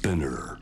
Spinner。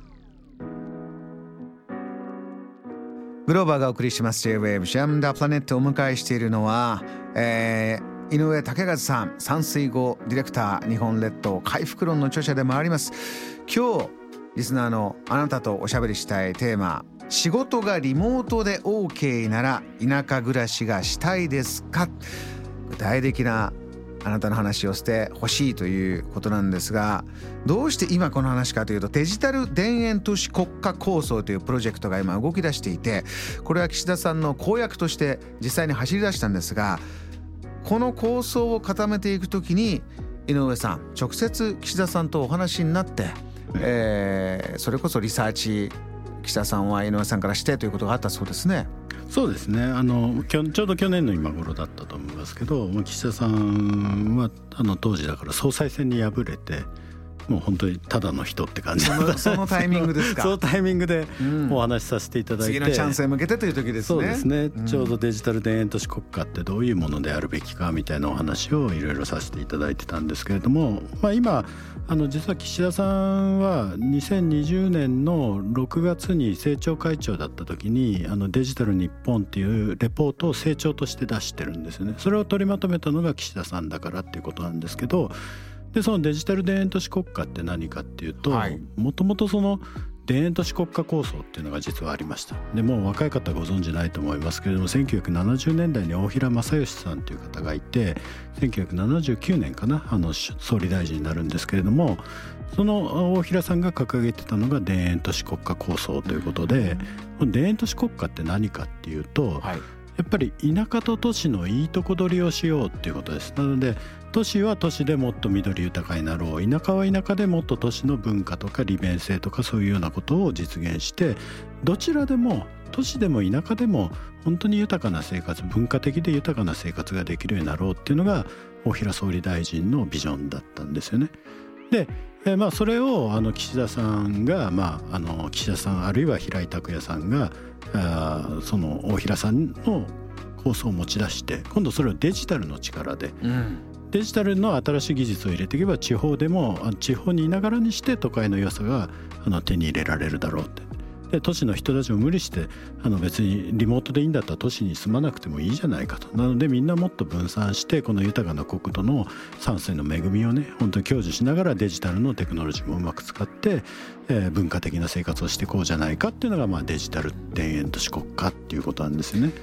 グローバーがお送りします J-Wave ジャムダプラネットをお迎えしているのは、井上武和さん、山水号ディレクター、日本列島回復論の著者でもあります。今日リスナーのあなたとおしゃべりしたいテーマ、仕事がリモートで OK なら田舎暮らしがしたいですか。具体的なあなたの話をしてほしいということなんですが、どうして今この話かというと、デジタル田園都市国家構想というプロジェクトが今動き出していて、これは岸田さんの公約として実際に走り出したんですが、この構想を固めていくときに井上さん直接岸田さんとお話になって、それこそリサーチ岸田さんは井上さんからしてということがあったそうですね。 そうですね、ちょうど去年の今頃だったと思いますけど、岸田さんは当時だから総裁選に敗れて、もう本当にただの人って感じ。 そのタイミングですか。 そのタイミングでお話しさせていただいて、 次のチャンスへ向けてという時ですね。 そうですね、ちょうどデジタル田園都市国家ってどういうものであるべきかみたいなお話をいろいろさせていただいてたんですけれども、今実は岸田さんは2020年の6月に政調会長だった時にデジタル日本っていうレポートを政調として出してるんですよね。それを取りまとめたのが岸田さんだからっていうことなんですけど、でそのデジタル田園都市国家って何かっていうと、もともとその田園都市国家構想っていうのが実はありました。でもう若い方ご存じないと思いますけれども、1970年代に大平正義さんという方がいて、1979年かな総理大臣になるんですけれども、その大平さんが掲げてたのが田園都市国家構想ということで、田園都市国家って何かっていうと、やっぱり田舎と都市のいいとこ取りをしようっていうことです。なので都市は都市でもっと緑豊かになろう、田舎は田舎でもっと都市の文化とか利便性とかそういうようなことを実現して、どちらでも都市でも田舎でも本当に豊かな生活、文化的で豊かな生活ができるようになろうっていうのが大平総理大臣のビジョンだったんですよね。でそれを岸田さんが、岸田さんあるいは平井卓也さんがその大平さんの構想を持ち出して、今度それをデジタルの力で、デジタルの新しい技術を入れていけば地方でも地方にいながらにして都会の良さが手に入れられるだろうって。で都市の人たちも無理して別にリモートでいいんだったら都市に住まなくてもいいじゃないかと。なのでみんなもっと分散して、この豊かな国土の山水の恵みをね本当に享受しながらデジタルのテクノロジーもうまく使って、文化的な生活をしていこうじゃないかっていうのが、デジタル田園都市国家っていうことなんですよね。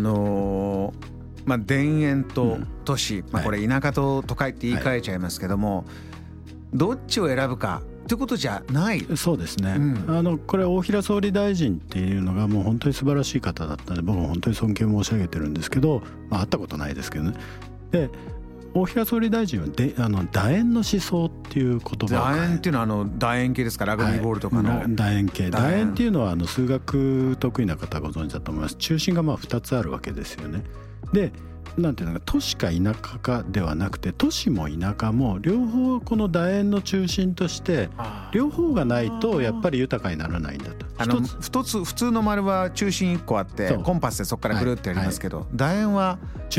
田園と都市、これ田舎と都会って言い換えちゃいますけども、どっちを選ぶかってことじゃない。 そうですね、これ大平総理大臣っていうのがもう本当に素晴らしい方だったので、僕も本当に尊敬申し上げてるんですけど、会ったことないですけどね。で大平総理大臣は楕円の思想っていう言葉を、 楕円っていうのは楕円形ですか、ラグビーボールとかの、 楕円形。楕円っていうのは数学得意な方ご存知だと思います。中心が2つあるわけですよね。でなんていうのか、都市か田舎かではなくて、都市も田舎も両方この楕円の中心として両方がないとやっぱり豊かにならないんだと。 普通の丸は中心1個あってコンパスでそこからぐるってやりますけど、楕円は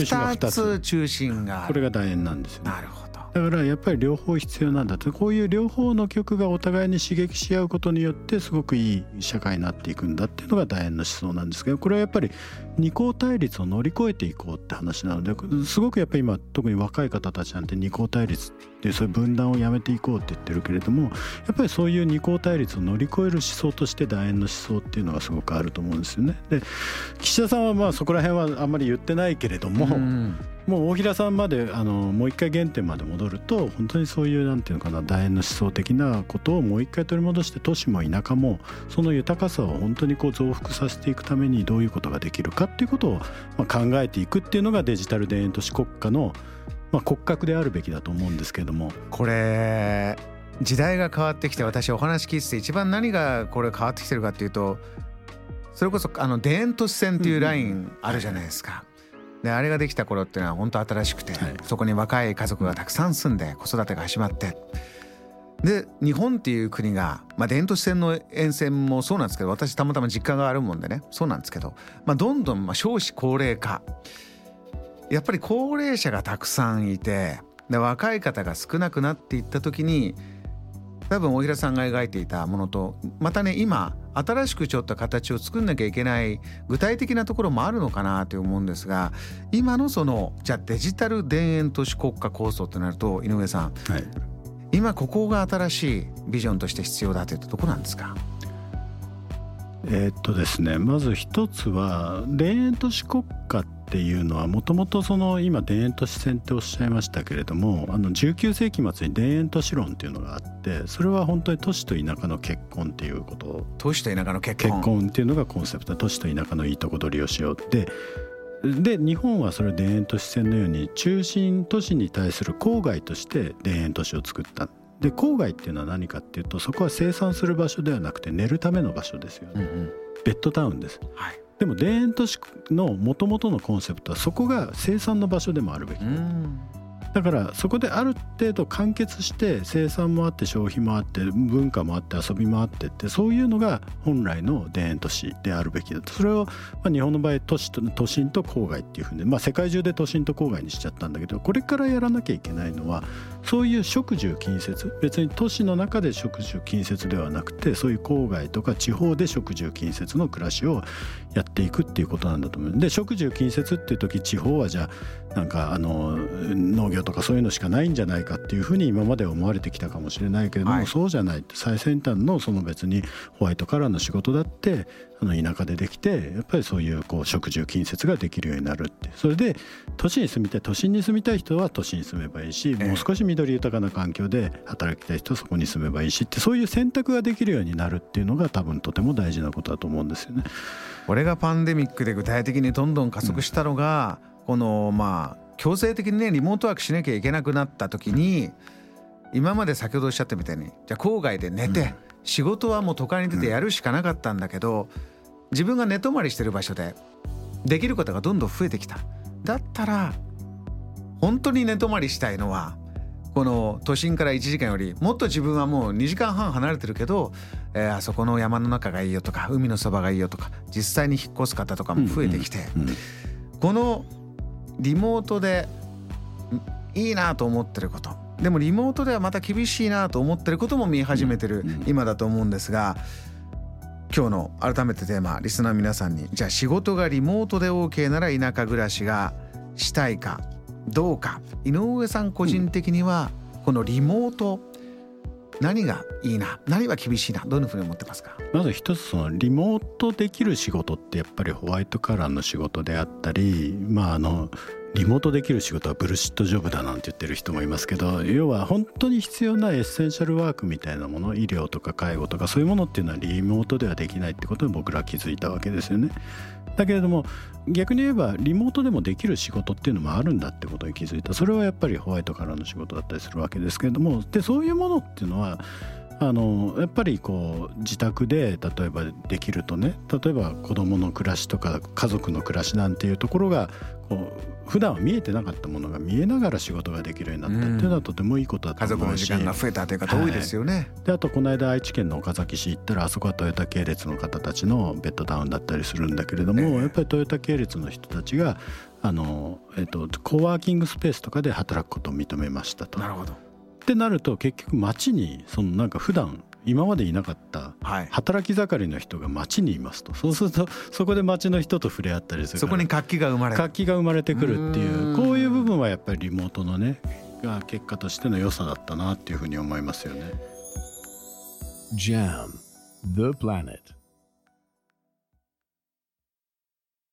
2つ中心がある。 これが楕円なんですよね。 なるほど。 だからやっぱり両方必要なんだと。こういう両方の極がお互いに刺激し合うことによってすごくいい社会になっていくんだっていうのが楕円の思想なんですけど、これはやっぱり二項対立を乗り越えていこうって話なので、すごくやっぱり今特に若い方たちなんて二項対立っていうそういう分断をやめていこうって言ってるけれども、やっぱりそういう二項対立を乗り越える思想として楕円の思想っていうのがすごくあると思うんですよね。で岸田さんはそこら辺はあんまり言ってないけれども、もう大平さんまでもう一回原点まで戻ると、本当にそういうなんていうのかな、楕円の思想的なことをもう一回取り戻して、都市も田舎もその豊かさを本当に増幅させていくためにどういうことができるかっていうことを考えていくっていうのがデジタル田園都市国家の骨格であるべきだと思うんですけれども、 これ時代が変わってきて、私お話聞いてて一番何がこれ変わってきてるかっていうと、それこそ田園都市線っていうラインあるじゃないですか。であれができた頃っていうのは本当新しくて、そこに若い家族がたくさん住んで子育てが始まって、で日本っていう国が、田園都市線の沿線もそうなんですけど、私たまたま実家があるもんでね、そうなんですけど、どんどん少子高齢化、やっぱり高齢者がたくさんいて、で若い方が少なくなっていった時に、 多分大平さんが描いていたものとまたね今新しくちょっと形を作んなきゃいけない具体的なところもあるのかなと思うんですが、今のそのじゃあデジタル田園都市国家構想となると井上さん、はい、今ここが新しいビジョンとして必要だというとどこなんですか？ ですね、まず一つは田園都市国家っていうのはもともとその今田園都市線っておっしゃいましたけれども、19世紀末に田園都市論っていうのがあって、それは本当に都市と田舎の結婚っていうこと、 都市と田舎の結婚っていうのがコンセプト、都市と田舎のいいとこ取りをしようで日本はそれを田園都市線のように中心都市に対する郊外として田園都市を作った。で郊外っていうのは何かっていうと、そこは生産する場所ではなくて寝るための場所ですよね、ベッドタウンです、はい、でも田園都市の元々のコンセプトはそこが生産の場所でもあるべきだからそこである程度完結して生産もあって消費もあって文化もあって遊びもあってってそういうのが本来の田園都市であるべきだと。それを日本の場合都心と郊外っていうふうに、世界中で都心と郊外にしちゃったんだけど、これからやらなきゃいけないのはそういう職住近接、別に都市の中で職住近接ではなくてそういう郊外とか地方で職住近接の暮らしをやっていくっていうことなんだと思う。で職住近接っていう時地方はじゃあなんか農業とかそういうのしかないんじゃないかっていうふうに今まで思われてきたかもしれないけれども、そうじゃない。最先端のその別にホワイトカラーの仕事だって田舎でできて、やっぱりそういう職住近接ができるようになるって。それで都心に住みたい人は都心に住めばいいし、もう少し緑豊かな環境で働きたい人はそこに住めばいいしって、そういう選択ができるようになるっていうのが多分とても大事なことだと思うんですよね。 これがパンデミックで具体的にどんどん加速したのが、この強制的にねリモートワークしなきゃいけなくなった時に、今まで先ほどおっしゃったみたいにじゃあ郊外で寝て、仕事はもう都会に出てやるしかなかったんだけど、自分が寝泊まりしてる場所でできることがどんどん増えてきた。だったら本当に寝泊まりしたいのはこの都心から1時間よりもっと自分はもう2時間半離れてるけど、あそこの山の中がいいよとか海のそばがいいよとか実際に引っ越す方とかも増えてきて、このリモートでいいなと思ってること、でもリモートではまた厳しいなと思ってることも見え始めてる今だと思うんですが、今日の改めてテーマ、リスナーの皆さんにじゃあ仕事がリモートで OK なら田舎暮らしがしたいかどうか、井上さん個人的にはこのリモート何がいいな、何が厳しいな、どんなふうに思ってますか？ まず一つ、そのリモートできる仕事ってやっぱりホワイトカラーの仕事であったり、リモートできる仕事はブルシットジョブだなんて言ってる人もいますけど、要は本当に必要なエッセンシャルワークみたいなもの、医療とか介護とかそういうものっていうのはリモートではできないってことに僕ら気づいたわけですよね。だけれども逆に言えばリモートでもできる仕事っていうのもあるんだってことに気づいた。それはやっぱりホワイトカラーの仕事だったりするわけですけれども、でそういうものっていうのはやっぱり自宅で例えばできるとね、例えば子どもの暮らしとか家族の暮らしなんていうところが普段は見えてなかったものが見えながら仕事ができるようになったっていうのはとてもいいことだと思うし、 家族の時間が増えたという方多いですよね。 であとこの間愛知県の岡崎市行ったら、あそこはトヨタ系列の方たちのベッドタウンだったりするんだけれども、やっぱりトヨタ系列の人たちがコワーキングスペースとかで働くことを認めましたと。 なるほど。 ってなると結局街になんか普段今までいなかった働き盛りの人が街にいますと、そうするとそこで街の人と触れ合ったりするから、 そこに活気が生まれてくるっていう、こういう部分はやっぱりリモートのねが結果としての良さだったなっていうふうに思いますよね。 JAM The Planet